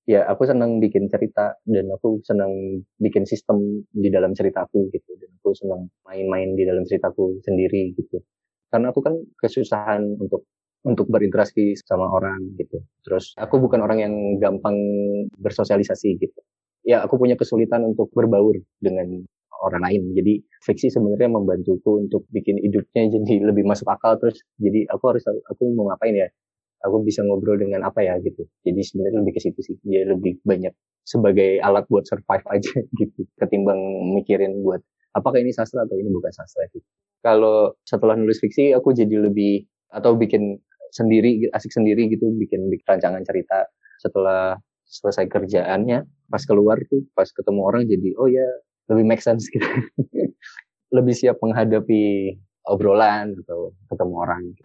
ya aku senang bikin cerita dan aku senang bikin sistem di dalam ceritaku gitu, dan aku senang main-main di dalam ceritaku sendiri gitu. Karena aku kan kesusahan untuk berinteraksi sama orang gitu. Terus aku bukan orang yang gampang bersosialisasi gitu. Ya aku punya kesulitan untuk berbaur dengan orang lain. Jadi fiksi sebenarnya membantuku untuk bikin hidupnya jadi lebih masuk akal. Terus jadi aku mau ngapain ya? Aku bisa ngobrol dengan apa ya gitu. Jadi sebenarnya lebih ke situ sih. Dia lebih banyak sebagai alat buat survive aja gitu. Ketimbang mikirin buat apakah ini sastra atau ini bukan sastra gitu. Kalau setelah nulis fiksi aku jadi lebih atau bikin sendiri, asik sendiri gitu, bikin rancangan cerita setelah selesai kerjaannya, pas keluar tuh, pas ketemu orang jadi oh ya lebih make sense gitu. Lebih siap menghadapi obrolan atau ketemu orang gitu.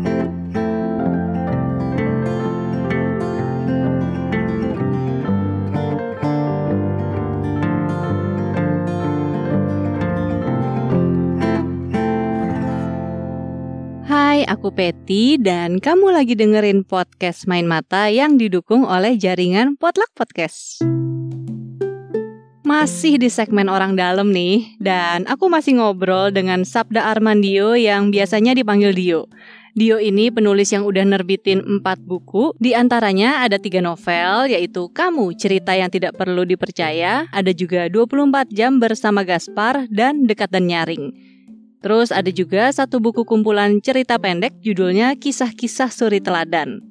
Hai, aku Peti dan kamu lagi dengerin podcast Main Mata yang didukung oleh jaringan Potluck Podcast. Masih di segmen orang dalam nih, dan aku masih ngobrol dengan Sabda Armandio yang biasanya dipanggil Dio. Dio ini penulis yang udah nerbitin 4 buku, di antaranya ada 3 novel, yaitu Kamu, Cerita Yang Tidak Perlu Dipercaya, ada juga 24 Jam Bersama Gaspar, dan Dekat dan Nyaring. Terus ada juga 1 buku kumpulan cerita pendek judulnya Kisah-Kisah Suri Teladan.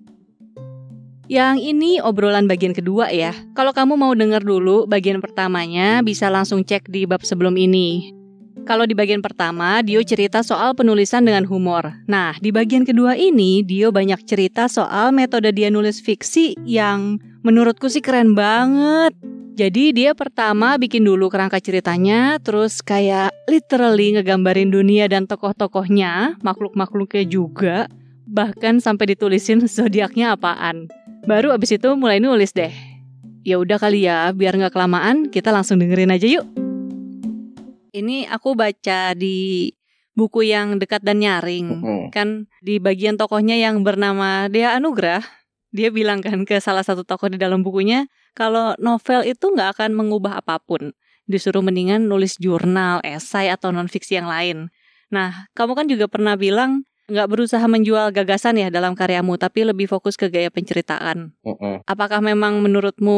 Yang ini obrolan bagian kedua ya. Kalau kamu mau denger dulu bagian pertamanya, bisa langsung cek di bab sebelum ini. Kalau di bagian pertama, Dio cerita soal penulisan dengan humor. Nah, di bagian kedua ini, Dio banyak cerita soal metode dia nulis fiksi yang menurutku sih keren banget. Jadi dia pertama bikin dulu kerangka ceritanya, terus kayak literally ngegambarin dunia dan tokoh-tokohnya, makhluk-makhluknya juga, bahkan sampai ditulisin zodiaknya apaan. Baru abis itu mulai nulis deh. Ya udah kali ya, biar nggak kelamaan, kita langsung dengerin aja yuk. Ini aku baca di buku yang Dekat dan Nyaring. Kan di bagian tokohnya yang bernama Dea Anugrah, dia bilang kan ke salah satu tokoh di dalam bukunya, kalau novel itu nggak akan mengubah apapun. Disuruh mendingan nulis jurnal, esai, atau non-fiksi yang lain. Nah, kamu kan juga pernah bilang nggak berusaha menjual gagasan ya dalam karyamu, tapi lebih fokus ke gaya penceritaan. Apakah memang menurutmu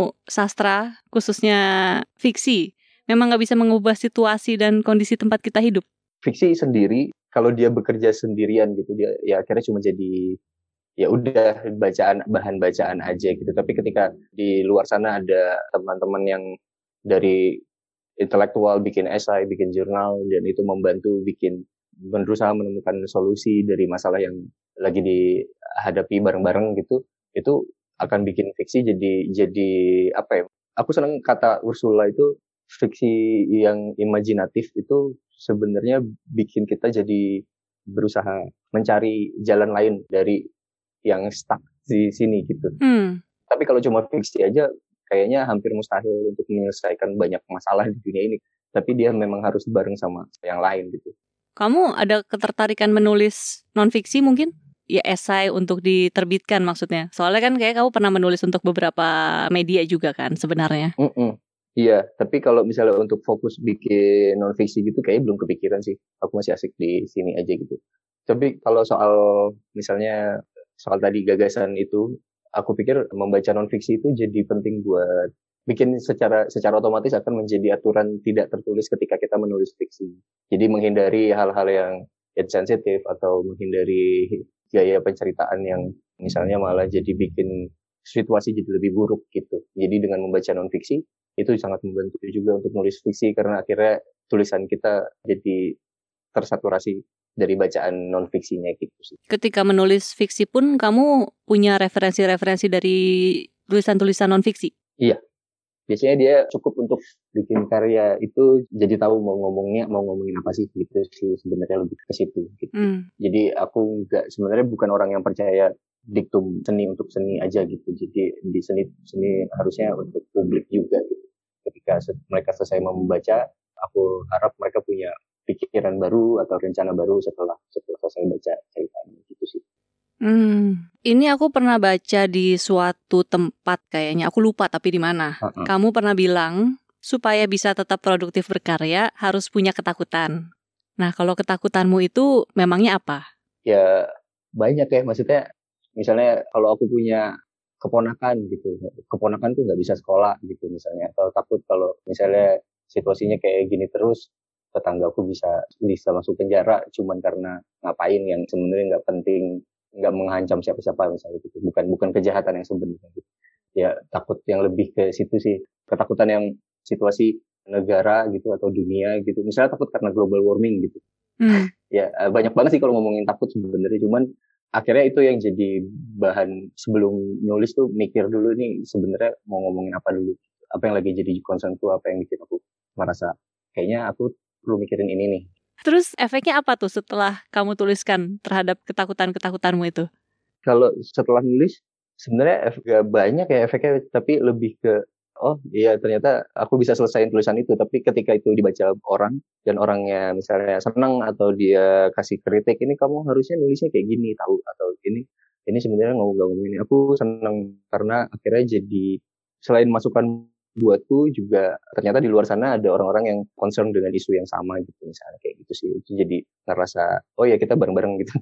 sastra, khususnya fiksi, memang nggak bisa mengubah situasi dan kondisi tempat kita hidup? Fiksi sendiri, kalau dia bekerja sendirian gitu, dia ya akhirnya cuma jadi ya udah bahan bacaan aja gitu. Tapi ketika di luar sana ada teman-teman yang dari intelektual bikin esai, bikin jurnal, dan itu membantu berusaha menemukan solusi dari masalah yang lagi dihadapi bareng-bareng gitu, itu akan bikin fiksi jadi apa ya? Aku senang kata Ursula itu, fiksi yang imajinatif itu sebenarnya bikin kita jadi berusaha mencari jalan lain dari yang stuck di sini gitu. Tapi kalau cuma fiksi aja, kayaknya hampir mustahil untuk menyelesaikan banyak masalah di dunia ini. Tapi dia memang harus bareng sama yang lain gitu. Kamu ada ketertarikan menulis non-fiksi mungkin? Ya esai untuk diterbitkan maksudnya. Soalnya kan kayak kamu pernah menulis untuk beberapa media juga kan sebenarnya. Iya, tapi kalau misalnya untuk fokus bikin non-fiksi gitu kayaknya belum kepikiran sih. Aku masih asik di sini aja gitu. Tapi kalau misalnya soal tadi gagasan itu, aku pikir membaca non-fiksi itu jadi penting buat bikin secara otomatis akan menjadi aturan tidak tertulis ketika kita menulis fiksi. Jadi menghindari hal-hal yang sensitif atau menghindari gaya penceritaan yang misalnya malah jadi bikin situasi jadi lebih buruk gitu. Jadi dengan membaca non-fiksi itu sangat membantu juga untuk nulis fiksi karena akhirnya tulisan kita jadi tersaturasi dari bacaan non-fiksinya gitu sih. Ketika menulis fiksi pun kamu punya referensi-referensi dari tulisan-tulisan non-fiksi? Iya. Biasanya dia cukup untuk bikin karya itu jadi tahu mau ngomongin apa sih gitu sih, sebenarnya lebih ke situ gitu. Jadi aku sebenarnya bukan orang yang percaya diktum seni untuk seni aja gitu. Jadi di seni harusnya untuk publik juga gitu. Ketika mereka selesai membaca, aku harap mereka punya pikiran baru atau rencana baru setelah selesai baca ceritanya gitu sih. Ini aku pernah baca di suatu tempat kayaknya, aku lupa tapi di mana. Kamu pernah bilang supaya bisa tetap produktif berkarya harus punya ketakutan. Nah, kalau ketakutanmu itu memangnya apa? Ya banyak ya, maksudnya misalnya kalau aku punya keponakan gitu, keponakan tuh nggak bisa sekolah gitu misalnya, atau takut kalau misalnya situasinya kayak gini terus, tetanggaku bisa masuk penjara cuman karena ngapain yang sebenarnya nggak penting, nggak mengancam siapa-siapa misalnya gitu, bukan kejahatan yang sebenarnya gitu. Ya takut yang lebih ke situ sih, ketakutan yang situasi negara gitu atau dunia gitu, misalnya takut karena global warming gitu. Ya banyak banget sih kalau ngomongin takut sebenarnya, cuman akhirnya itu yang jadi bahan sebelum nulis tuh mikir dulu nih sebenarnya mau ngomongin apa dulu, apa yang lagi jadi concernku, apa yang bikin aku merasa kayaknya aku perlu mikirin ini nih. Terus efeknya apa tuh setelah kamu tuliskan terhadap ketakutan-ketakutanmu itu? Kalau setelah nulis sebenarnya gak banyak ya efeknya, tapi lebih ke oh iya ternyata aku bisa selesaiin tulisan itu, tapi ketika itu dibaca orang dan orangnya misalnya senang atau dia kasih kritik, ini kamu harusnya nulisnya kayak gini tahu, atau ini sebenarnya ngomong ini, aku senang karena akhirnya jadi selain masukan buatku juga ternyata di luar sana ada orang-orang yang concern dengan isu yang sama gitu misalnya, kayak gitu sih. Itu jadi ngerasa oh ya kita bareng-bareng gitu.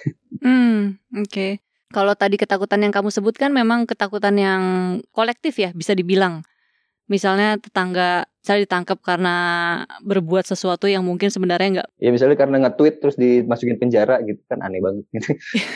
Oke. Kalau tadi ketakutan yang kamu sebutkan memang ketakutan yang kolektif ya, bisa dibilang. Misalnya tetangga saya ditangkap karena berbuat sesuatu yang mungkin sebenarnya nggak. Ya misalnya karena nge-tweet terus dimasukin penjara gitu kan aneh banget gitu.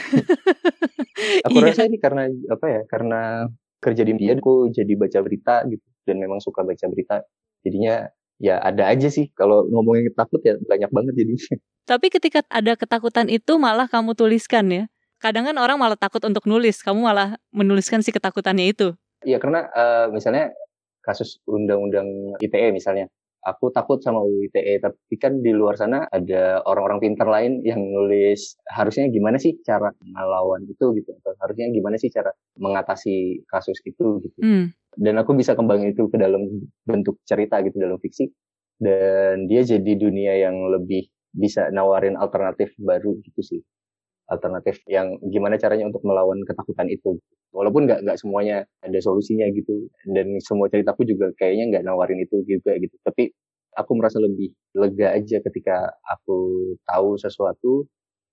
Aku rasa ini karena apa ya? Karena kerja di media aku jadi baca berita gitu dan memang suka baca berita. Jadinya ya ada aja sih kalau ngomongin takut ya banyak banget jadinya. Tapi ketika ada ketakutan itu malah kamu tuliskan ya. Kadang kan orang malah takut untuk nulis, kamu malah menuliskan si ketakutannya itu. Iya karena misalnya kasus undang-undang ITE misalnya, aku takut sama UU ITE, tapi kan di luar sana ada orang-orang pintar lain yang nulis harusnya gimana sih cara melawan itu gitu, atau harusnya gimana sih cara mengatasi kasus itu gitu. Dan aku bisa kembangin itu ke dalam bentuk cerita gitu, dalam fiksi, dan dia jadi dunia yang lebih bisa nawarin alternatif baru gitu sih, alternatif yang gimana caranya untuk melawan ketakutan itu. Walaupun nggak semuanya ada solusinya gitu, dan semua ceritaku juga kayaknya nggak nawarin itu juga gitu. Tapi aku merasa lebih lega aja ketika aku tahu sesuatu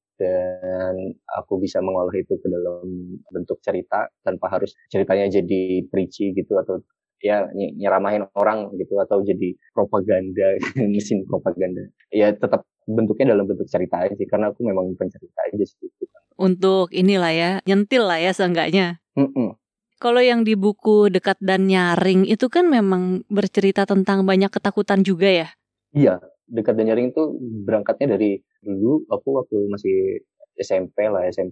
dan aku bisa mengolah itu ke dalam bentuk cerita tanpa harus ceritanya jadi preachy gitu, atau ya nyeramahin orang gitu, atau jadi propaganda mesin propaganda. Ya tetap bentuknya dalam bentuk cerita aja sih, karena aku memang pencerita aja sih gitu. Untuk inilah ya, nyentil lah ya seenggaknya. Kalau yang di buku Dekat dan Nyaring itu kan memang bercerita tentang banyak ketakutan juga ya? Iya, Dekat dan Nyaring itu berangkatnya dari dulu aku waktu masih SMP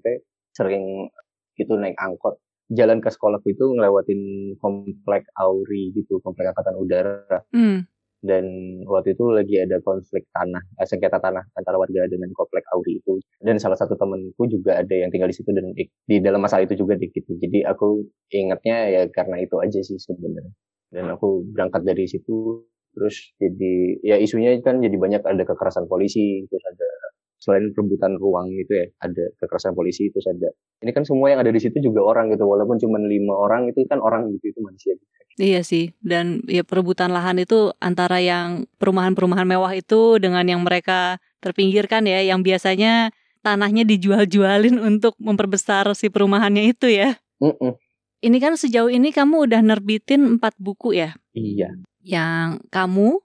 sering gitu naik angkot. Jalan ke sekolahku itu ngelewatin komplek AURI gitu, komplek Angkatan Udara. Dan waktu itu lagi ada konflik tanah, sengketa tanah antara warga dengan komplek AURI itu. Dan salah satu temanku juga ada yang tinggal di situ dan di dalam masalah itu juga gitu. Jadi aku ingatnya ya karena itu aja sih sebenarnya. Dan aku berangkat dari situ, terus jadi ya isunya kan jadi banyak, ada kekerasan polisi, terus ada selain perebutan ruang itu ya, ada kekerasan polisi, terus ada ini kan semua yang ada di situ juga orang gitu, walaupun cuma 5 orang itu kan orang gitu, itu manusia gitu. Iya sih, dan ya perebutan lahan itu antara yang perumahan-perumahan mewah itu dengan yang mereka terpinggirkan ya, yang biasanya tanahnya dijual-jualin untuk memperbesar si perumahannya itu ya. Ini kan sejauh ini kamu udah nerbitin 4 buku ya? Iya. Yang kamu,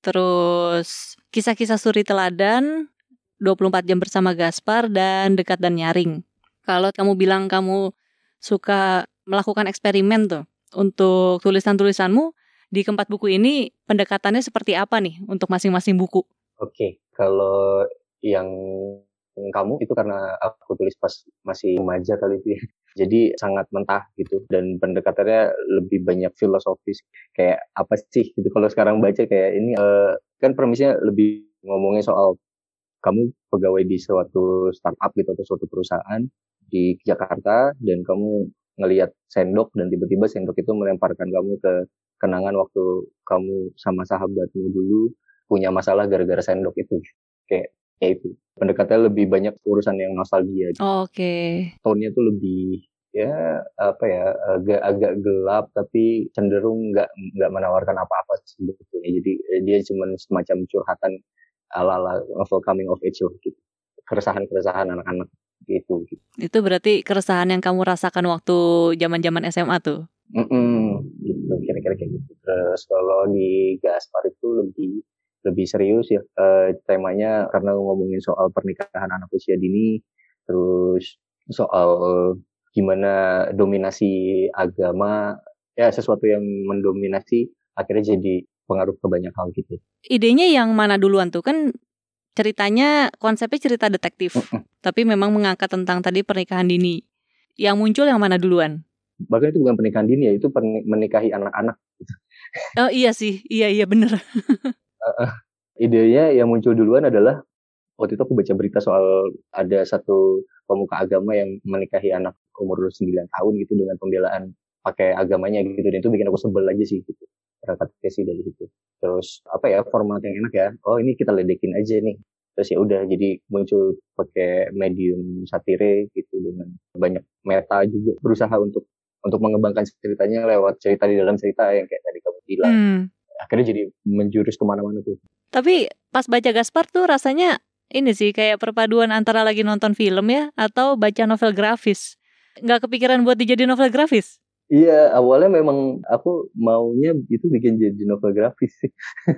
terus Kisah-Kisah Suri Teladan, 24 Jam Bersama Gaspar, dan Dekat dan Nyaring. Kalau kamu bilang kamu suka melakukan eksperimen tuh untuk tulisan-tulisanmu, di keempat buku ini pendekatannya seperti apa nih untuk masing-masing buku? Oke, kalau yang kamu itu karena aku tulis pas masih remaja kali itu ya. Jadi sangat mentah gitu, dan pendekatannya lebih banyak filosofis. Kayak apa sih gitu, kalau sekarang baca kayak ini kan premisnya lebih ngomongin soal kamu pegawai di suatu startup gitu atau suatu perusahaan di Jakarta, dan kamu ngelihat sendok dan tiba-tiba sendok itu melemparkan kamu ke kenangan waktu kamu sama sahabatmu dulu punya masalah gara-gara sendok itu. Kayak ya itu pendekatannya lebih banyak urusan yang nostalgia. Oke. Tone-nya tuh lebih ya apa ya agak gelap tapi cenderung nggak menawarkan apa-apa sebetulnya. Jadi dia cuma semacam curhatan ala-ala novel coming of age gitu. Keresahan-keresahan anak-anak gitu. Itu berarti keresahan yang kamu rasakan waktu zaman-zaman SMA tuh? Gitu, kira-kira kayak gitu. Terus kalau di Gaspar itu lebih serius ya temanya karena ngomongin soal pernikahan anak usia dini, terus soal gimana dominasi agama, ya sesuatu yang mendominasi akhirnya jadi pengaruh ke banyak hal gitu. Idenya yang mana duluan tuh? Kan ceritanya konsepnya cerita detektif, tapi memang mengangkat tentang tadi pernikahan dini. Yang muncul yang mana duluan? Bahkan itu bukan pernikahan dini ya, itu menikahi anak-anak. Oh iya sih, iya bener. Idenya yang muncul duluan adalah waktu itu aku baca berita soal ada satu pemuka agama yang menikahi anak umur 9 tahun gitu dengan pembelaan pakai agamanya gitu, dan itu bikin aku sebel aja sih gitu. Berangkatnya sih dari situ. Terus apa ya, format yang enak ya, oh ini kita ledekin aja nih. Terus ya udah jadi muncul pakai medium satire gitu dengan banyak meta juga, berusaha untuk mengembangkan ceritanya lewat cerita di dalam cerita yang kayak tadi kamu bilang. Akhirnya jadi menjurus kemana-mana tuh. Tapi pas baca Gaspar tuh rasanya ini sih kayak perpaduan antara lagi nonton film ya atau baca novel grafis. Nggak kepikiran buat dijadiin novel grafis? Iya, awalnya memang aku maunya itu bikin jadi novel grafis sih.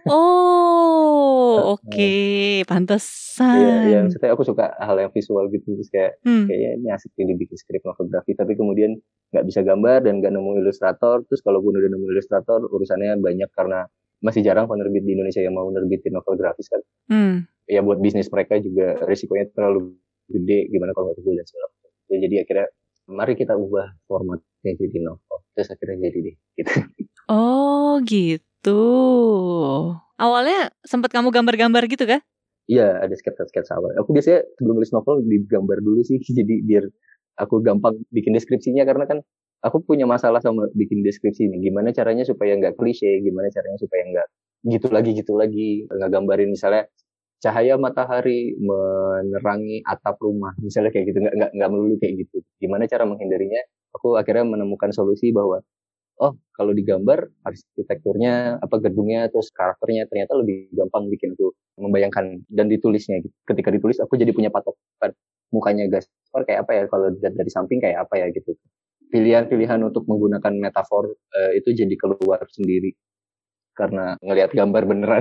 Oh, oke, pantesan. Iya, maksudnya aku suka hal yang visual gitu, terus kayaknya ini asik nih dibikin skrip novel grafis, tapi kemudian nggak bisa gambar dan nggak nemu ilustrator. Terus kalaupun udah nemu ilustrator, urusannya banyak karena masih jarang penerbit di Indonesia yang mau nerbitin novel grafis kan. Ya buat bisnis mereka juga risikonya terlalu gede, gimana kalau nggak dan segala macam. Ya, jadi akhirnya mari kita ubah formatnya jadi novel. Terus akhirnya jadi deh gitu. Oh gitu. Awalnya sempat kamu gambar-gambar gitu kan? Iya, ada sketsa-sketsa awal. Aku biasanya sebelum nulis novel digambar dulu sih, jadi biar aku gampang bikin deskripsinya, karena kan aku punya masalah sama bikin deskripsi ini. Gimana caranya supaya nggak klise, gimana caranya supaya nggak gitu lagi, nggak gambarin misalnya cahaya matahari menerangi atap rumah, misalnya kayak gitu, nggak melulu kayak gitu. Gimana cara menghindarinya? Aku akhirnya menemukan solusi bahwa oh kalau digambar arsitekturnya apa gedungnya terus karakternya ternyata lebih gampang bikin aku membayangkan dan ditulisnya gitu. Ketika ditulis aku jadi punya patokan mukanya Gaspar kayak apa ya, kalau dari samping kayak apa ya gitu. Pilihan-pilihan untuk menggunakan metafor itu jadi keluar sendiri karena ngelihat gambar beneran.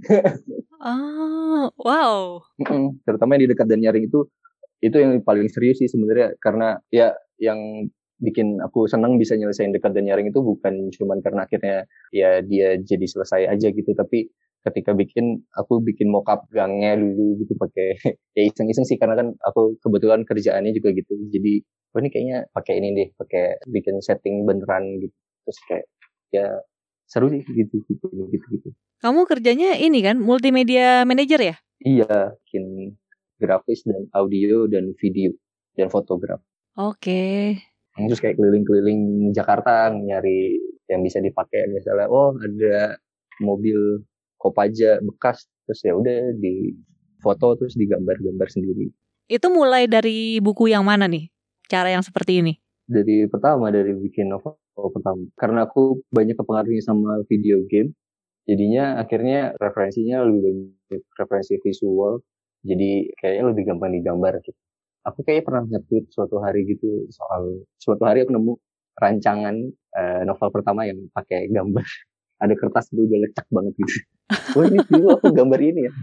Wow. Terutama yang di dekat dan nyaring itu yang paling serius sih sebenarnya, karena ya yang bikin aku senang bisa nyelesain dekat dan nyaring itu bukan cuman karena akhirnya ya dia jadi selesai aja gitu, tapi ketika aku bikin mockup gangnya dulu gitu pakai ya iseng-iseng sih, karena kan aku kebetulan kerjaannya juga gitu, jadi ini kayaknya pakai ini deh, pakai bikin setting beneran gitu, terus kayak ya seru sih gitu. Kamu kerjanya ini kan multimedia manager ya? Iya, bikin grafis dan audio dan video dan fotografi. Oke. Terus kayak keliling-keliling Jakarta nyari yang bisa dipakai, misalnya ada mobil Kopaja bekas, terus ya udah di foto terus digambar-gambar sendiri. Itu mulai dari buku yang mana nih? Cara yang seperti ini? Dari bikin novel pertama. Karena aku banyak kepengaruhnya sama video game, jadinya akhirnya referensinya lebih banyak referensi visual, jadi kayaknya lebih gampang digambar gitu. Aku kayaknya pernah nge-tweet suatu hari gitu suatu hari aku nemu rancangan novel pertama yang pakai gambar. Ada kertas itu udah lecak banget gitu. Wah ini dulu aku gambar ini ya.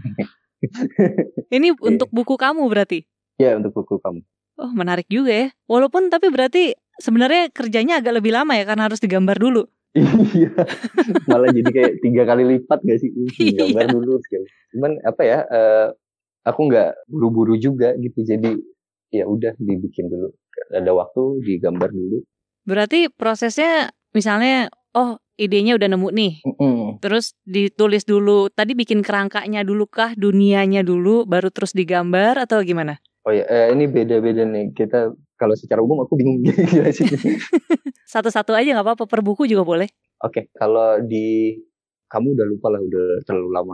Ini untuk buku kamu berarti? Ya, untuk buku kamu. Oh menarik juga ya. Walaupun tapi berarti sebenarnya kerjanya agak lebih lama ya karena harus digambar dulu. Iya, malah jadi kayak 3 kali lipat gak sih? Gambar dulu sekali. Cuman apa ya, aku nggak buru-buru juga gitu, jadi ya udah dibikin dulu, ada waktu digambar dulu. Berarti prosesnya misalnya idenya udah nemu nih, terus ditulis dulu, tadi bikin kerangkanya dulu kah, dunianya dulu baru terus digambar atau gimana? Oh ya, ini beda-beda nih, kita kalau secara umum aku bingung jelasin. Satu-satu aja nggak apa-apa, per buku juga boleh. Oke, kalau kamu udah lupa lah, udah terlalu lama.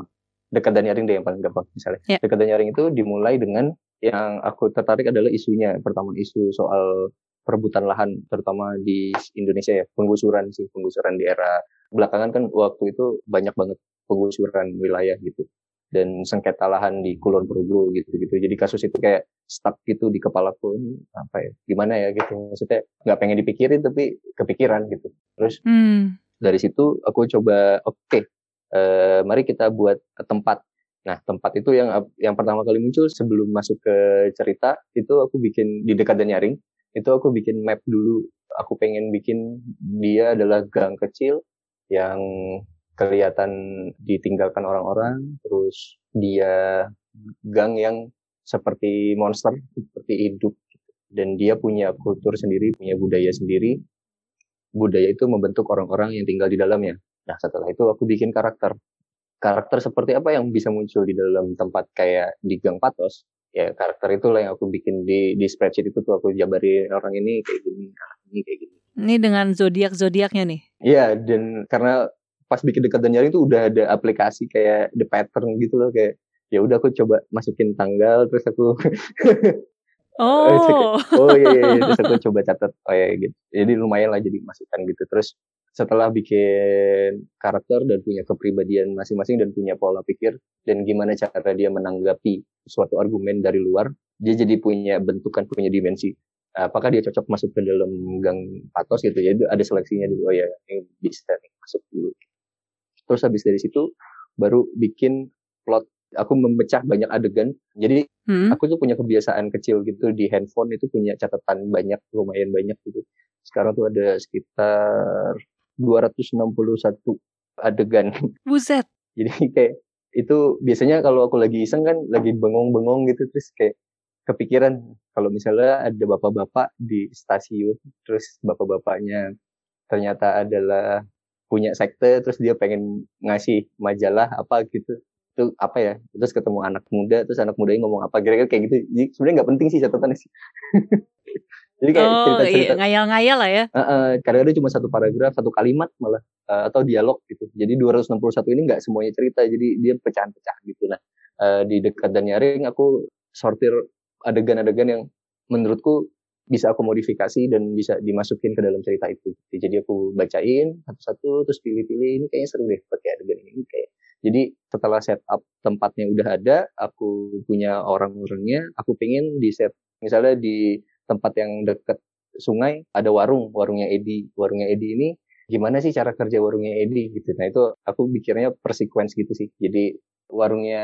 Dekat dan Nyaring deh yang paling gampang misalnya. Ya. Dekat dan Nyaring itu dimulai dengan yang aku tertarik adalah isunya. Pertama isu soal perebutan lahan terutama di Indonesia ya, penggusuran di era belakangan kan waktu itu banyak banget penggusuran wilayah gitu dan sengketa lahan di Kulon Progo gitu. Jadi kasus itu kayak stuck gitu di kepalaku, ini apa ya, gimana ya gitu. Maksudnya nggak pengen dipikirin tapi kepikiran gitu. Terus dari situ aku coba mari kita buat tempat. Nah, tempat itu yang pertama kali muncul sebelum masuk ke cerita itu aku bikin di Dekat dan Nyaring. Itu aku bikin map dulu. Aku pengen bikin dia adalah gang kecil yang kelihatan ditinggalkan orang-orang, terus dia gang yang seperti monster, seperti hidup. Dan dia punya kultur sendiri, punya budaya sendiri. Budaya itu membentuk orang-orang yang tinggal di dalamnya. Nah, setelah itu aku bikin karakter seperti apa yang bisa muncul di dalam tempat kayak di Gang Patos. Ya, karakter itulah yang aku bikin di spreadsheet itu tuh aku jabarin orang ini kayak gini, orang ini kayak gini. Ini dengan zodiak-zodiaknya nih. Iya, dan karena pas bikin Dekat dan Nyaring tuh udah ada aplikasi kayak the pattern gitu loh, kayak ya udah aku coba masukin tanggal terus aku iya, terus aku coba catat gitu. Jadi lumayan lah jadi masukan gitu. Terus setelah bikin karakter dan punya kepribadian masing-masing dan punya pola pikir dan gimana cara dia menanggapi suatu argumen dari luar, dia jadi punya bentukan, punya dimensi. Apakah dia cocok masuk ke dalam Gang Patos gitu ya? Ada seleksinya dulu, ya ini bisa nih masuk dulu. Terus habis dari situ baru bikin plot. Aku memecah banyak adegan. Jadi aku tuh punya kebiasaan kecil gitu di handphone itu punya catatan banyak, lumayan banyak gitu. Sekarang tuh ada sekitar 261 adegan. Buset. Jadi kayak itu biasanya kalau aku lagi iseng kan, lagi bengong-bengong gitu, terus kayak kepikiran kalau misalnya ada bapak-bapak di stasiun, terus bapak-bapaknya ternyata adalah punya sekte, terus dia pengen ngasih majalah apa gitu. Itu apa ya, terus ketemu anak muda, terus anak mudanya ngomong apa, kira-kira kayak gitu. Jadi sebenarnya nggak penting sih catatannya sih. Jadi kayak cerita-cerita ngayal-ngayal lah ya. Kadang-kadang cuma satu paragraf, satu kalimat malah, atau dialog gitu. Jadi 261 ini nggak semuanya cerita, jadi dia pecahan-pecah gitu. Nah, di Dekat dan Nyaring aku sortir adegan-adegan yang menurutku bisa aku modifikasi dan bisa dimasukin ke dalam cerita itu. Jadi aku bacain satu-satu, terus pilih-pilih, ini kayaknya seru deh pakai adegan ini kayak. Jadi setelah setup tempatnya udah ada, aku punya orang-orangnya, aku pengen di set misalnya di tempat yang dekat sungai ada warungnya Edi. Warungnya Edi ini gimana sih cara kerja warungnya Edi gitu. Nah itu aku pikirnya per sequence gitu sih. Jadi warungnya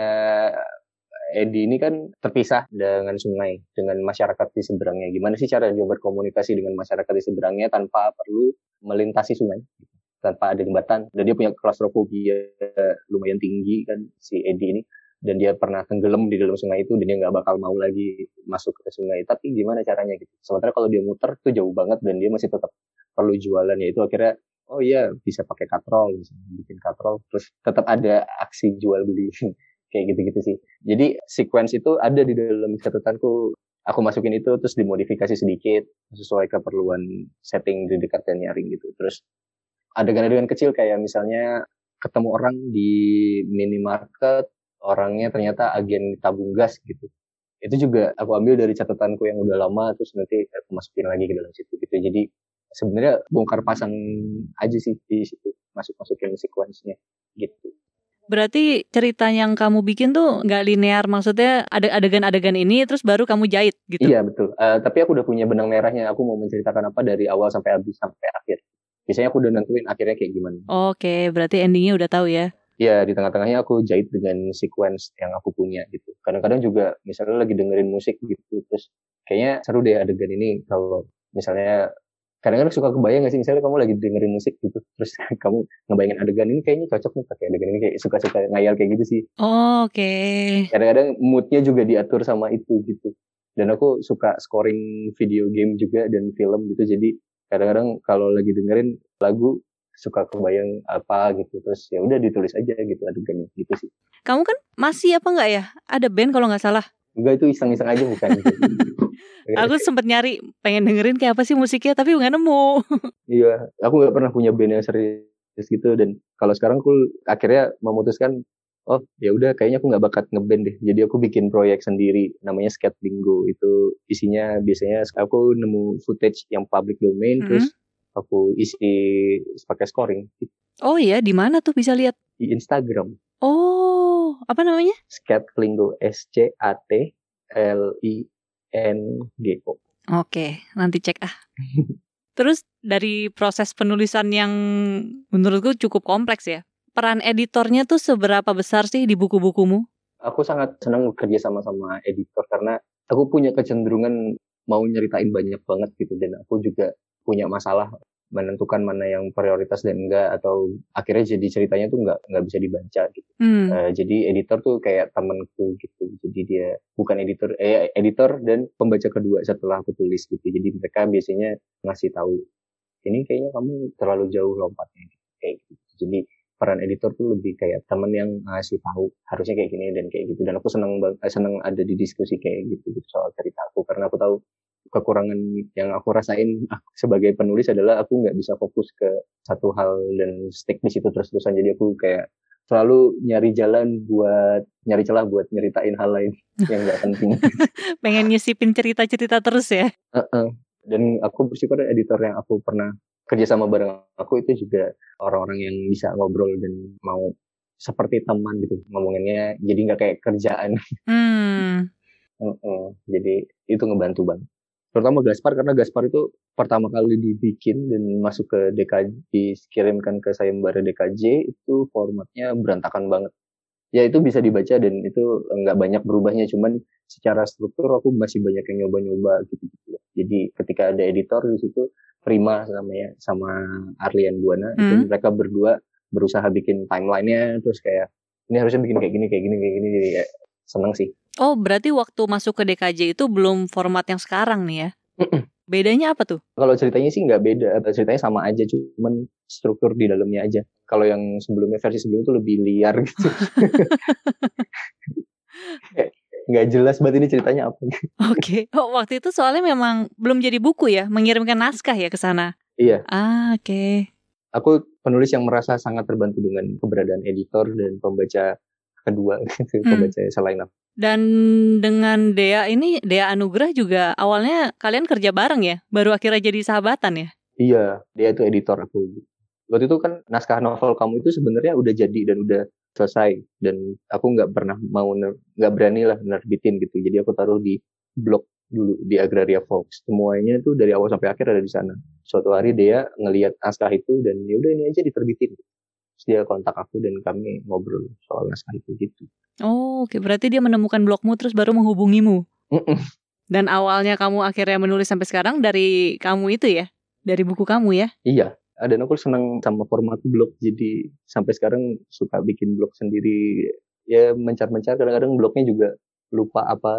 Edi ini kan terpisah dengan sungai, dengan masyarakat di seberangnya. Gimana sih cara dia berkomunikasi dengan masyarakat di seberangnya tanpa perlu melintasi sungai, tanpa ada jembatan. Dan dia punya klaustrofobia lumayan tinggi kan si Edi ini. Dan dia pernah tenggelam di dalam sungai itu dan dia nggak bakal mau lagi masuk ke sungai. Tapi gimana caranya gitu. Sementara kalau dia muter tuh jauh banget dan dia masih tetap perlu jualan, ya itu akhirnya oh iya bisa pakai katrol, misalnya bikin katrol, terus tetap ada aksi jual beli kayak gitu-gitu sih. Jadi sequence itu ada di dalam catatanku. Aku masukin itu terus dimodifikasi sedikit sesuai keperluan setting di Dekat dan Nyaring gitu. Terus adegan-adegan kecil kayak misalnya ketemu orang di minimarket, orangnya ternyata agen tabung gas gitu. Itu juga aku ambil dari catatanku yang udah lama, terus nanti aku masukin lagi ke dalam situ gitu. Jadi sebenarnya bongkar pasang aja sih di situ, masukin sequence-nya gitu. Berarti cerita yang kamu bikin tuh nggak linear, maksudnya ada adegan-adegan ini terus baru kamu jahit gitu? Iya betul, tapi aku udah punya benang merahnya, aku mau menceritakan apa dari awal sampai habis, sampai akhir. Biasanya aku udah nentuin akhirnya kayak gimana. Oke, berarti endingnya udah tahu ya? Iya, di tengah-tengahnya aku jahit dengan sequence yang aku punya gitu. Kadang-kadang juga misalnya lagi dengerin musik gitu, terus kayaknya seru deh adegan ini kalau misalnya kadang-kadang suka kebayang gak sih misalnya kamu lagi dengerin musik gitu, terus kamu ngebayangin adegan ini kayaknya cocok nih pakai adegan ini, kayak suka-suka ngayal kayak gitu sih. Oke. Kadang-kadang moodnya juga diatur sama itu gitu. Dan aku suka scoring video game juga dan film gitu, jadi kadang-kadang kalau lagi dengerin lagu suka kebayang apa gitu, terus ya udah ditulis aja gitu adegannya gitu sih. Kamu kan masih apa nggak ya? Ada band kalau nggak salah? Enggak, itu iseng-iseng aja bukan. Aku sempet nyari pengen dengerin kayak apa sih musiknya tapi nggak nemu. Iya, aku nggak pernah punya band yang serius gitu, dan kalau sekarang aku akhirnya memutuskan oh ya udah kayaknya aku nggak bakat ngeband deh. Jadi aku bikin proyek sendiri namanya Skatlingo. Itu isinya biasanya aku nemu footage yang public domain terus aku isi pakai scoring Oh iya, di mana tuh bisa lihat? di Instagram. Oh, apa namanya? Skatlingo, SCATLINGO. Oke, nanti cek ah. Terus dari proses penulisan yang menurutku cukup kompleks ya. Peran editornya tuh seberapa besar sih di buku-bukumu? Aku sangat senang bekerja sama editor karena aku punya kecenderungan mau nyeritain banyak banget gitu dan aku juga punya masalah menentukan mana yang prioritas dan enggak atau akhirnya jadi ceritanya tuh nggak bisa dibaca gitu. Jadi editor tuh kayak temanku gitu. Jadi dia bukan editor dan pembaca kedua setelah aku tulis gitu. Jadi mereka biasanya ngasih tahu ini kayaknya kamu terlalu jauh lompatnya gitu. Kayak gitu. Jadi peran editor tuh lebih kayak teman yang ngasih tahu harusnya kayak gini dan kayak gitu. Dan aku senang ada di diskusi kayak gitu soal cerita aku karena aku tahu kekurangan yang aku rasain sebagai penulis adalah aku nggak bisa fokus ke satu hal dan stick di situ terus-terusan. Jadi aku kayak selalu nyari celah buat nyeritain hal lain yang nggak penting. Pengen nyisipin cerita-cerita terus ya? Dan aku bersyukur editor yang aku pernah kerja sama bareng aku itu juga orang-orang yang bisa ngobrol dan mau seperti teman gitu ngomonginnya, jadi nggak kayak kerjaan. Jadi itu ngebantu banget. Terutama Gaspar karena Gaspar itu pertama kali dibikin dan masuk ke DKJ, dikirimkan ke sayembara DKJ itu formatnya berantakan banget. Ya itu bisa dibaca dan itu nggak banyak berubahnya, cuman secara struktur aku masih banyak yang nyoba-nyoba gitu. Jadi ketika ada editor di situ, Prima namanya sama Arlian Buana, itu mereka berdua berusaha bikin timelinenya, terus kayak ini harusnya bikin kayak gini, jadi ya, seneng sih. Oh, berarti waktu masuk ke DKJ itu belum format yang sekarang nih ya? Bedanya apa tuh? Kalau ceritanya sih nggak beda, ceritanya sama aja, cuman struktur di dalamnya aja. Kalau yang versi sebelumnya itu lebih liar gitu. Nggak jelas banget ini ceritanya apa. Oke. Oh, waktu itu soalnya memang belum jadi buku ya, mengirimkan naskah ya ke sana? Iya. Oke. Aku penulis yang merasa sangat terbantu dengan keberadaan editor dan pembaca kedua, pembaca selain aku. Dan dengan Dea Anugrah juga awalnya kalian kerja bareng ya? Baru akhirnya jadi sahabatan ya? Iya, dia itu editor aku. Waktu itu kan naskah novel kamu itu sebenarnya udah jadi dan udah selesai. Dan aku nggak berani lah nerbitin gitu. Jadi aku taruh di blog dulu di Agraria Fox. Semuanya tuh dari awal sampai akhir ada di sana. Suatu hari dia ngelihat naskah itu dan ya udah ini aja diterbitin. Terus dia kontak aku dan kami ngobrol soal naskah itu gitu. Oh, oke. Berarti dia menemukan blogmu terus baru menghubungimu. Dan awalnya kamu akhirnya menulis sampai sekarang dari kamu itu ya? Dari buku kamu ya? Iya. Dan aku senang sama format blog. Jadi sampai sekarang suka bikin blog sendiri. Ya mencar-mencar, kadang-kadang blognya juga lupa apa.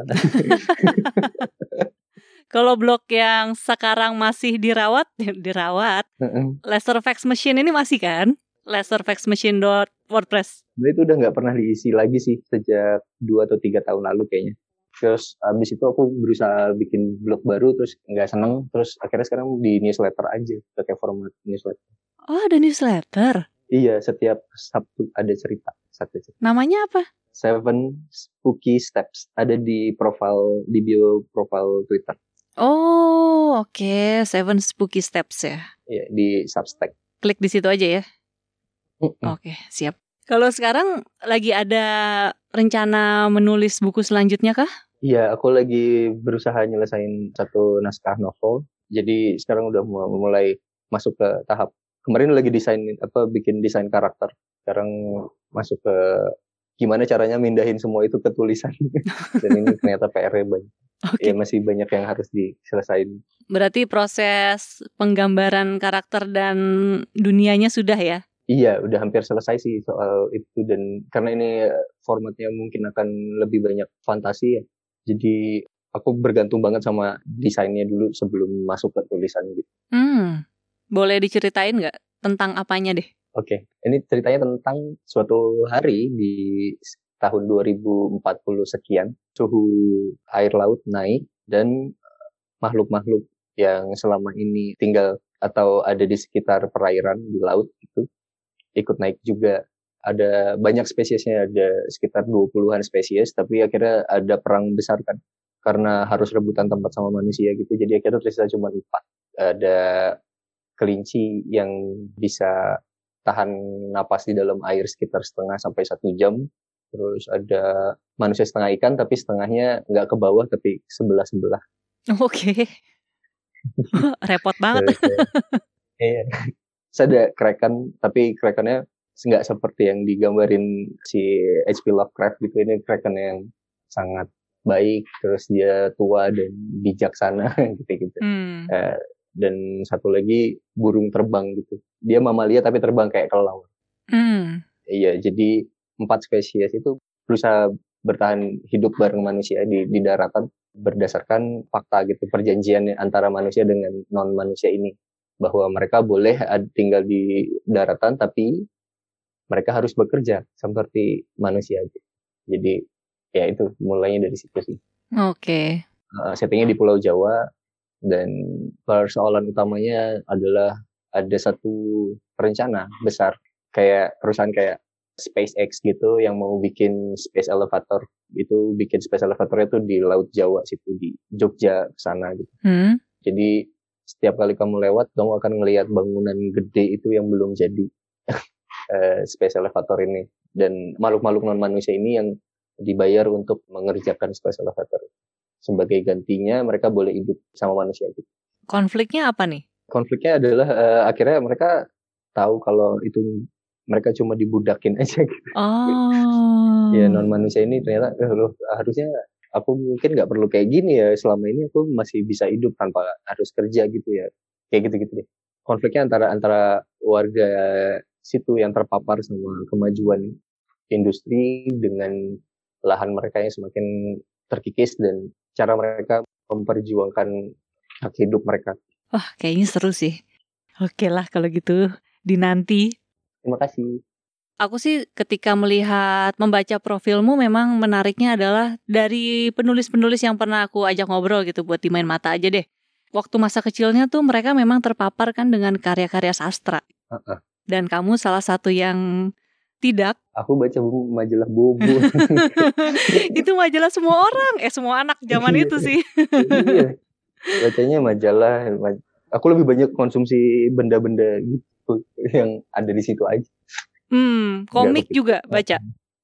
Kalau blog yang sekarang masih dirawat, Laserfax Machine ini masih kan? Laserfaxmachine.wordpress. Sebenarnya itu udah nggak pernah diisi lagi sih sejak 2 atau 3 tahun lalu kayaknya. Terus abis itu aku berusaha bikin blog baru, terus nggak seneng, terus akhirnya sekarang di newsletter aja, pakai format newsletter. Oh, ada newsletter? Iya, setiap Sabtu ada cerita. Namanya apa? 7 Spooky Steps. Ada di bio profile Twitter. Oh, oke. 7 Spooky Steps ya? Iya, di Substack. Klik di situ aja ya? Oke, siap. Kalau sekarang lagi ada rencana menulis buku selanjutnya kah? Iya, aku lagi berusaha nyelesain satu naskah novel. Jadi sekarang udah mulai masuk ke tahap. Kemarin lagi bikin desain karakter. Sekarang masuk ke gimana caranya mindahin semua itu ke tulisan. Dan ini ternyata PR-nya banyak. Okay. Ya masih banyak yang harus diselesain. Berarti proses penggambaran karakter dan dunianya sudah ya? Iya, udah hampir selesai sih soal itu. Dan karena ini formatnya mungkin akan lebih banyak fantasi ya. Jadi aku bergantung banget sama desainnya dulu sebelum masuk ke tulisan gitu. Boleh diceritain nggak tentang apanya deh? Oke, ini ceritanya tentang suatu hari di tahun 2040 sekian, suhu air laut naik dan makhluk-makhluk yang selama ini tinggal atau ada di sekitar perairan di laut itu ikut naik juga. ada banyak spesiesnya, ada sekitar 20-an spesies, tapi akhirnya ada perang besar kan karena harus rebutan tempat sama manusia gitu. Jadi akhirnya tersisa cuma 4. Ada kelinci yang bisa tahan napas di dalam air sekitar setengah sampai 1 jam. Terus ada manusia setengah ikan, tapi setengahnya nggak ke bawah, tapi sebelah-sebelah. Oke. Repot banget. Iya. Terus ada kraken, tapi krakennya nggak seperti yang digambarin si H.P. Lovecraft gitu. Ini kraken yang sangat baik, terus dia tua dan bijaksana gitu-gitu. Dan satu lagi burung terbang gitu. Dia mamalia tapi terbang kayak kelelawar. Iya, jadi 4 spesies itu berusaha bertahan hidup bareng manusia di daratan berdasarkan fakta gitu, perjanjian antara manusia dengan non manusia ini, bahwa mereka boleh tinggal di daratan tapi mereka harus bekerja seperti manusia gitu. Jadi ya itu mulainya dari situ sih. Oke. Settingnya di Pulau Jawa, dan persoalan utamanya adalah ada satu rencana besar kayak perusahaan kayak SpaceX gitu yang mau bikin space elevator. Itu bikin space elevatornya tuh di Laut Jawa situ, di Jogja sana gitu. Jadi setiap kali kamu lewat kamu akan ngelihat bangunan gede itu yang belum jadi. Space elevator ini, dan makhluk-makhluk non manusia ini yang dibayar untuk mengerjakan space elevator. Sebagai gantinya mereka boleh hidup sama manusia gitu. Konfliknya apa nih? Konfliknya adalah akhirnya mereka tahu kalau itu mereka cuma dibudakin aja gitu. Ya non manusia ini ternyata harusnya aku mungkin nggak perlu kayak gini ya, selama ini aku masih bisa hidup tanpa harus kerja gitu ya, kayak gitu deh. Konfliknya antara warga situ yang terpapar sama kemajuan industri dengan lahan mereka yang semakin terkikis dan cara mereka memperjuangkan hak hidup mereka. Wah, kayaknya seru sih. Oke lah kalau gitu, dinanti. Terima kasih. Aku sih ketika membaca profilmu memang menariknya adalah dari penulis-penulis yang pernah aku ajak ngobrol gitu buat dimain mata aja deh. Waktu masa kecilnya tuh mereka memang terpapar kan dengan karya-karya sastra. Dan kamu salah satu yang tidak. Aku baca majalah Bobo. Itu majalah semua orang, semua anak zaman itu sih. Iya. Bacanya majalah. Aku lebih banyak konsumsi benda-benda gitu yang ada di situ aja. Komik juga baca.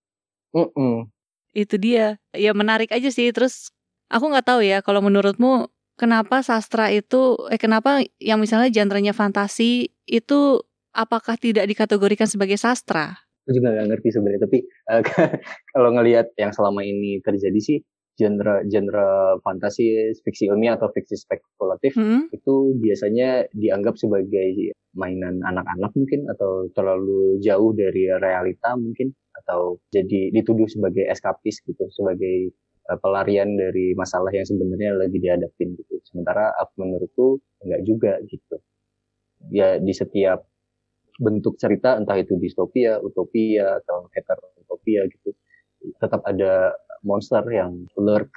Itu dia. Ya menarik aja sih. Terus aku nggak tahu ya kalau menurutmu kenapa sastra itu kenapa yang misalnya genrenya fantasi itu apakah tidak dikategorikan sebagai sastra? Aku juga nggak ngerti sebenarnya, tapi kalau ngelihat yang selama ini terjadi sih, genre fantasi, fiksi ilmiah atau fiksi spekulatif itu biasanya dianggap sebagai mainan anak-anak mungkin, atau terlalu jauh dari realita mungkin, atau jadi dituduh sebagai eskapis gitu, sebagai pelarian dari masalah yang sebenarnya lagi dihadapin gitu. Sementara menurutku enggak juga gitu. Ya di setiap bentuk cerita, entah itu distopia, utopia, atau heterotopia gitu, tetap ada monster yang lurk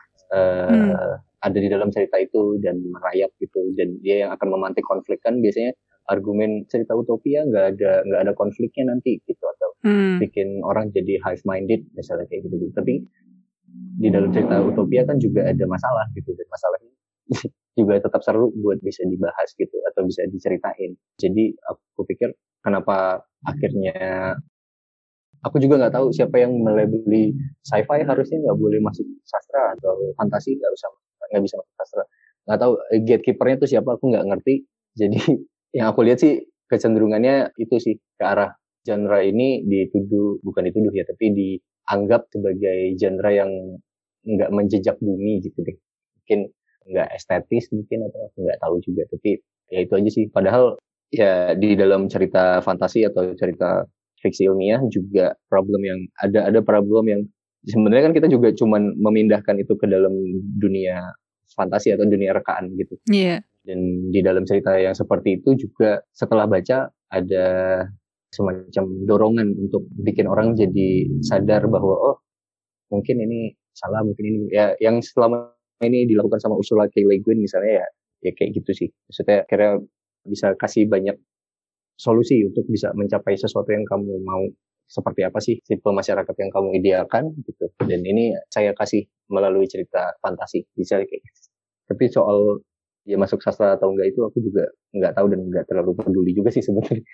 ada di dalam cerita itu dan merayap gitu, dan dia yang akan memantik konflik. Kan biasanya argumen cerita utopia nggak ada konfliknya nanti gitu, atau bikin orang jadi hive minded misalnya kayak gitu. Tapi di dalam cerita utopia kan juga ada masalah gitu, dan masalahnya juga tetap seru buat bisa dibahas gitu atau bisa diceritain. Jadi aku pikir kenapa akhirnya aku juga nggak tahu siapa yang melabeli sci-fi harusnya nggak boleh masuk sastra, atau fantasi nggak bisa masuk sastra. Nggak tahu gatekeepernya tuh siapa, aku nggak ngerti. Jadi yang aku lihat sih kecenderungannya itu sih ke arah genre ini bukan dituduh ya, tapi dianggap sebagai genre yang nggak menjejak bumi gitu deh. Mungkin nggak estetis mungkin, atau aku nggak tahu juga, tapi ya itu aja sih. Padahal ya di dalam cerita fantasi atau cerita fiksi ilmiah juga ada problem yang sebenarnya kan kita juga cuman memindahkan itu ke dalam dunia fantasi atau dunia rekaan gitu. Dan di dalam cerita yang seperti itu juga setelah baca ada semacam dorongan untuk bikin orang jadi sadar bahwa mungkin ini salah, mungkin ini ya yang selama ini dilakukan sama Ursula K. Le Guin misalnya ya kayak gitu sih. Maksudnya kira bisa kasih banyak solusi untuk bisa mencapai sesuatu yang kamu mau seperti apa sih tipe masyarakat yang kamu idealkan gitu. Dan ini saya kasih melalui cerita fantasi, bisa kayak gitu. Tapi soal dia masuk sastra atau enggak itu aku juga nggak tahu dan nggak terlalu peduli juga sih sebenarnya.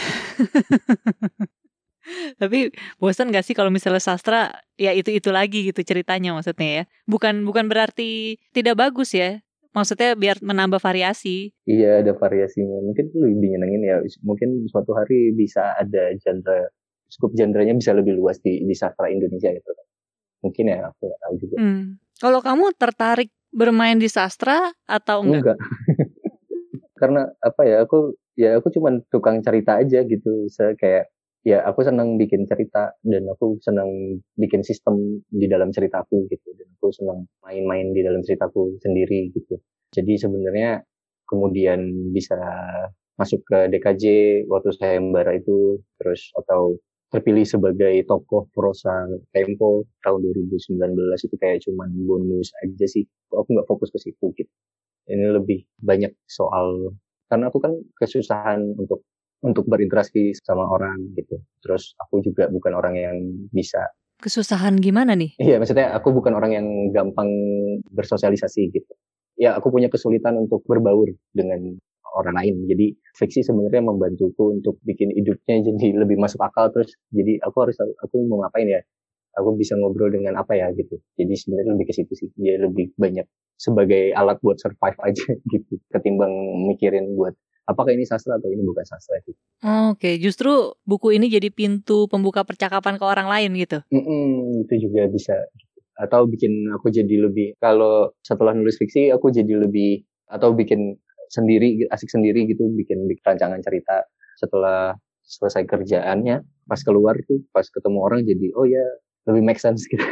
Tapi bosan gak sih kalau misalnya sastra ya itu lagi gitu ceritanya maksudnya ya. Bukan berarti tidak bagus ya. Maksudnya biar menambah variasi. Iya, ada variasinya. Mungkin itu lebih nyenengin ya. Mungkin suatu hari bisa ada genre, skup genrenya bisa lebih luas di sastra Indonesia gitu. Mungkin ya, aku nggak tahu juga. Kalau kamu tertarik bermain di sastra atau enggak? Enggak. Karena apa ya, aku cuman tukang cerita aja gitu. Saya kayak ya aku senang bikin cerita dan aku senang bikin sistem di dalam ceritaku gitu, dan aku senang main-main di dalam ceritaku sendiri gitu. Jadi sebenarnya kemudian bisa masuk ke DKJ waktu saya embara itu, terus atau terpilih sebagai tokoh prosa Tempo tahun 2019 itu kayak cuman bonus aja sih. Aku nggak fokus ke situ gitu. Ini lebih banyak soal, karena aku kan kesusahan untuk berinteraksi sama orang gitu. Terus aku juga bukan orang yang bisa. Kesusahan gimana nih? Iya, maksudnya aku bukan orang yang gampang bersosialisasi gitu. Ya, aku punya kesulitan untuk berbaur dengan orang lain. Jadi fiksi sebenarnya membantuku untuk bikin hidupnya jadi lebih masuk akal. Terus jadi aku mau ngapain ya? Aku bisa ngobrol dengan apa ya gitu. Jadi sebenarnya lebih ke situ sih. Dia lebih banyak sebagai alat buat survive aja gitu, ketimbang mikirin buat apakah ini sastra atau ini bukan sastra gitu. Oke, justru buku ini jadi pintu pembuka percakapan ke orang lain gitu. Itu juga bisa. Atau bikin aku jadi lebih, kalau setelah nulis fiksi aku jadi lebih, atau bikin sendiri, asik sendiri gitu, bikin rancangan cerita setelah selesai kerjaannya, pas keluar tuh, pas ketemu orang jadi oh ya lebih make sense gitu.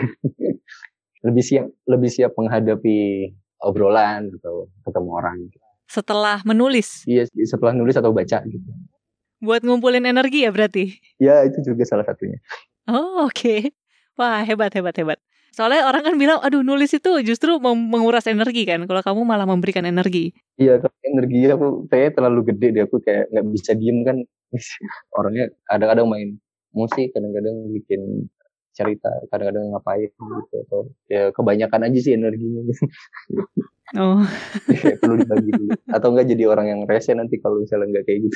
lebih siap menghadapi obrolan atau ketemu orang gitu. Setelah menulis? Iya, setelah nulis atau baca gitu. Buat ngumpulin energi ya berarti? Ya, itu juga salah satunya. Oh, oke. Wah, hebat. Soalnya orang kan bilang, aduh nulis itu justru menguras energi kan. Kalau kamu malah memberikan energi. Iya, tapi energi aku kayaknya terlalu gede deh. Aku kayak nggak bisa diem kan. Orangnya kadang-kadang main musik, kadang-kadang bikin cerita, kadang-kadang ngapain gitu. Atau ya kebanyakan aja sih energinya gitu. Oh. Kayak perlu dibagi dulu. Atau enggak jadi orang yang rese nanti kalau misalnya nggak kayak gitu.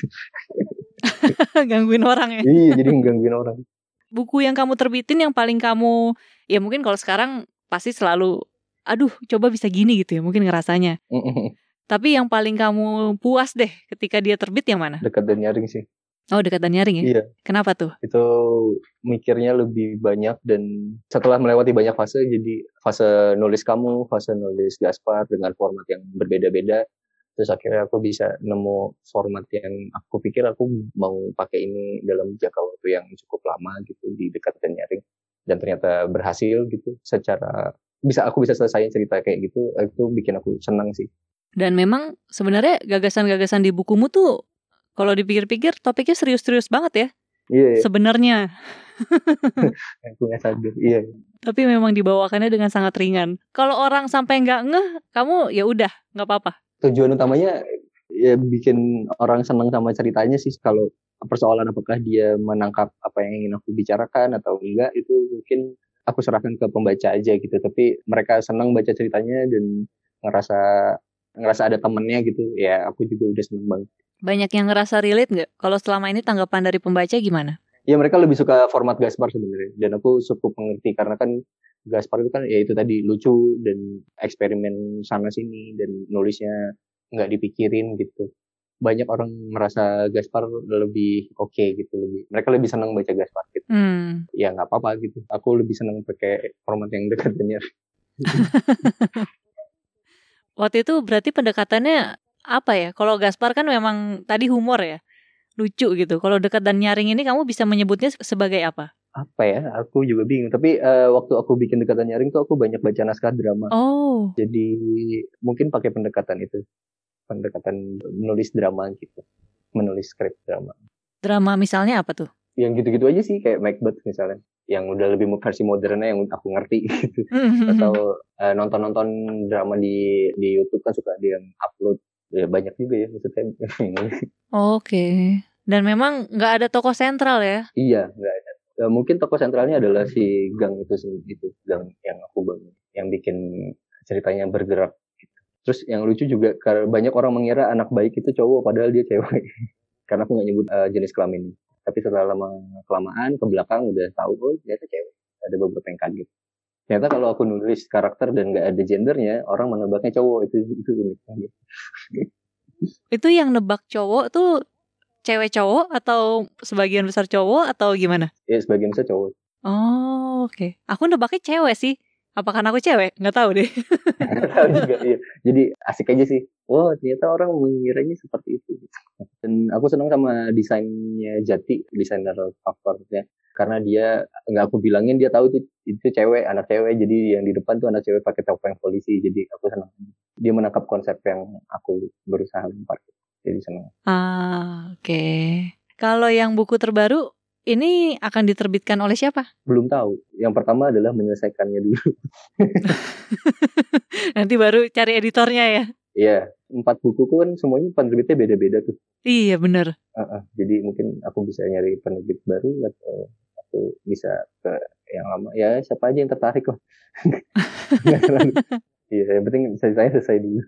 Gangguin orang ya? Iya, jadi menggangguin orang. Buku yang kamu terbitin yang paling kamu, ya mungkin kalau sekarang pasti selalu, aduh coba bisa gini gitu ya mungkin ngerasanya. Tapi yang paling kamu puas deh ketika dia terbit yang mana? Dekat dan Nyaring sih. Oh, Dekat dan Nyaring ya? Iya. Kenapa tuh? Itu mikirnya lebih banyak, dan setelah melewati banyak fase, jadi fase nulis kamu, fase nulis Gaspar dengan format yang berbeda-beda. Terus akhirnya aku bisa nemu format yang aku pikir aku mau pakai ini dalam jangka waktu yang cukup lama gitu di Dekat dan Nyaring. Dan ternyata berhasil gitu. Aku bisa selesaiin cerita kayak gitu, itu bikin aku senang sih. Dan memang sebenarnya gagasan-gagasan di bukumu tuh kalau dipikir-pikir topiknya serius-serius banget ya. Iya. Sebenarnya. Aku nggak sadar. Iya. Tapi memang dibawakannya dengan sangat ringan. Kalau orang sampai nggak ngeh, kamu ya udah nggak apa-apa. Tujuan utamanya ya bikin orang senang sama ceritanya sih. Kalau persoalan apakah dia menangkap apa yang ingin aku bicarakan atau enggak, itu mungkin aku serahkan ke pembaca aja gitu. Tapi mereka senang baca ceritanya dan ngerasa ada temennya gitu. Ya aku juga udah senang banget. Banyak yang ngerasa relate nggak? Kalau selama ini tanggapan dari pembaca gimana? Ya mereka lebih suka format Gaspar sebenarnya. Dan aku cukup mengerti karena kan Gaspar itu kan ya itu tadi lucu dan eksperimen sana sini dan nulisnya nggak dipikirin gitu. Banyak orang merasa Gaspar lebih oke gitu, mereka lebih senang baca Gaspar gitu. Ya nggak apa-apa gitu. Aku lebih senang pakai format yang Dekat dan Nyaring. Waktu itu berarti pendekatannya apa ya? Kalau Gaspar kan memang tadi humor ya, lucu gitu. Kalau Dekat dan Nyaring ini kamu bisa menyebutnya sebagai apa? Apa ya? Aku juga bingung. Tapi waktu aku bikin Dekat dan Nyaring tuh aku banyak baca naskah drama. Oh. Jadi mungkin pakai pendekatan itu. Pendekatan menulis drama gitu. Menulis skrip drama. Drama misalnya apa tuh? Yang gitu-gitu aja sih, kayak Macbeth misalnya. Yang udah lebih versi modernnya yang aku ngerti gitu. Atau nonton-nonton drama di YouTube kan suka dia yang upload. Ya banyak juga ya maksudnya. Oke. Dan memang nggak ada tokoh sentral ya? Iya, nggak ada. Mungkin tokoh sentralnya adalah si Gang itu Gang yang aku bangun, yang bikin ceritanya bergerak. Terus yang lucu juga karena banyak orang mengira anak baik itu cowok padahal dia cewek. Karena aku nggak nyebut jenis kelamin. Tapi setelah lama kelamaan ke belakang udah tahu oh ternyata cewek. Ada beberapa yang kaget. Ternyata kalau aku nulis karakter dan nggak ada gendernya, orang menebaknya cowok. Itu unik. Itu yang nebak cowok tuh cewek cowok atau sebagian besar cowok atau gimana? Ya sebagian besar cowok. Oh, oke. Aku nebaknya cewek sih. Apakah aku cewek? Nggak tahu deh. Nggak tahu juga, iya. Jadi asik aja sih. Wah, ternyata orang mengiranya seperti itu. Dan aku senang sama desainnya Jati, desainer covernya. Karena dia, nggak aku bilangin, dia tahu itu cewek, anak cewek. Jadi yang di depan tuh anak cewek pakai topeng polisi. Jadi aku senang. Dia menangkap konsep yang aku berusaha lempar. Jadi senang. Oke. Kalau yang buku terbaru, ini akan diterbitkan oleh siapa? Belum tahu. Yang pertama adalah menyelesaikannya dulu. Nanti baru cari editornya ya? Iya, 4 bukuku kan semuanya penerbitnya beda-beda tuh. Iya benar. Jadi mungkin aku bisa nyari penerbit baru atau aku bisa ke yang lama. Ya siapa aja yang tertarik lah. Iya, yang penting ceritanya selesai dulu.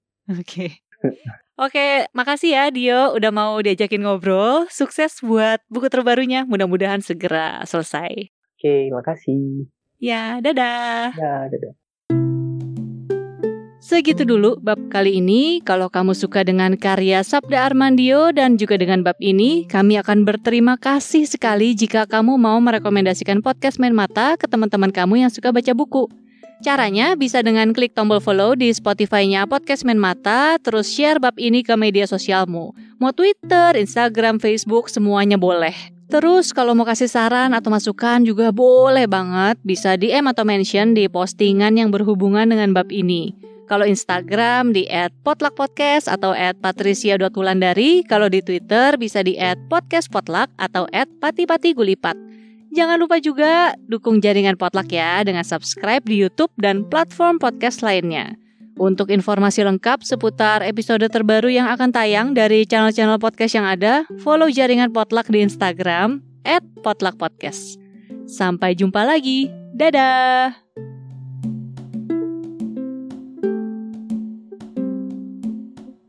Oke, makasih ya Dio udah mau diajakin ngobrol. Sukses buat buku terbarunya. Mudah-mudahan segera selesai. Oke, makasih. Ya, dadah. Ya, dadah. Segitu dulu bab kali ini. Kalau kamu suka dengan karya Sabda Armandio dan juga dengan bab ini, kami akan berterima kasih sekali jika kamu mau merekomendasikan podcast Main Mata ke teman-teman kamu yang suka baca buku. Caranya bisa dengan klik tombol follow di Spotify-nya Podcast Main Mata, terus share bab ini ke media sosialmu. Mau Twitter, Instagram, Facebook, semuanya boleh. Terus kalau mau kasih saran atau masukan juga boleh banget, bisa DM atau mention di postingan yang berhubungan dengan bab ini. Kalau Instagram di @potluckpodcast atau @patricia.wulandari, kalau di Twitter bisa di @podcastpotluck atau @patipatigulipat. Jangan lupa juga dukung jaringan Potluck ya dengan subscribe di YouTube dan platform podcast lainnya. Untuk informasi lengkap seputar episode terbaru yang akan tayang dari channel-channel podcast yang ada, follow jaringan Potluck di Instagram @potluckpodcast. Sampai jumpa lagi. Dadah!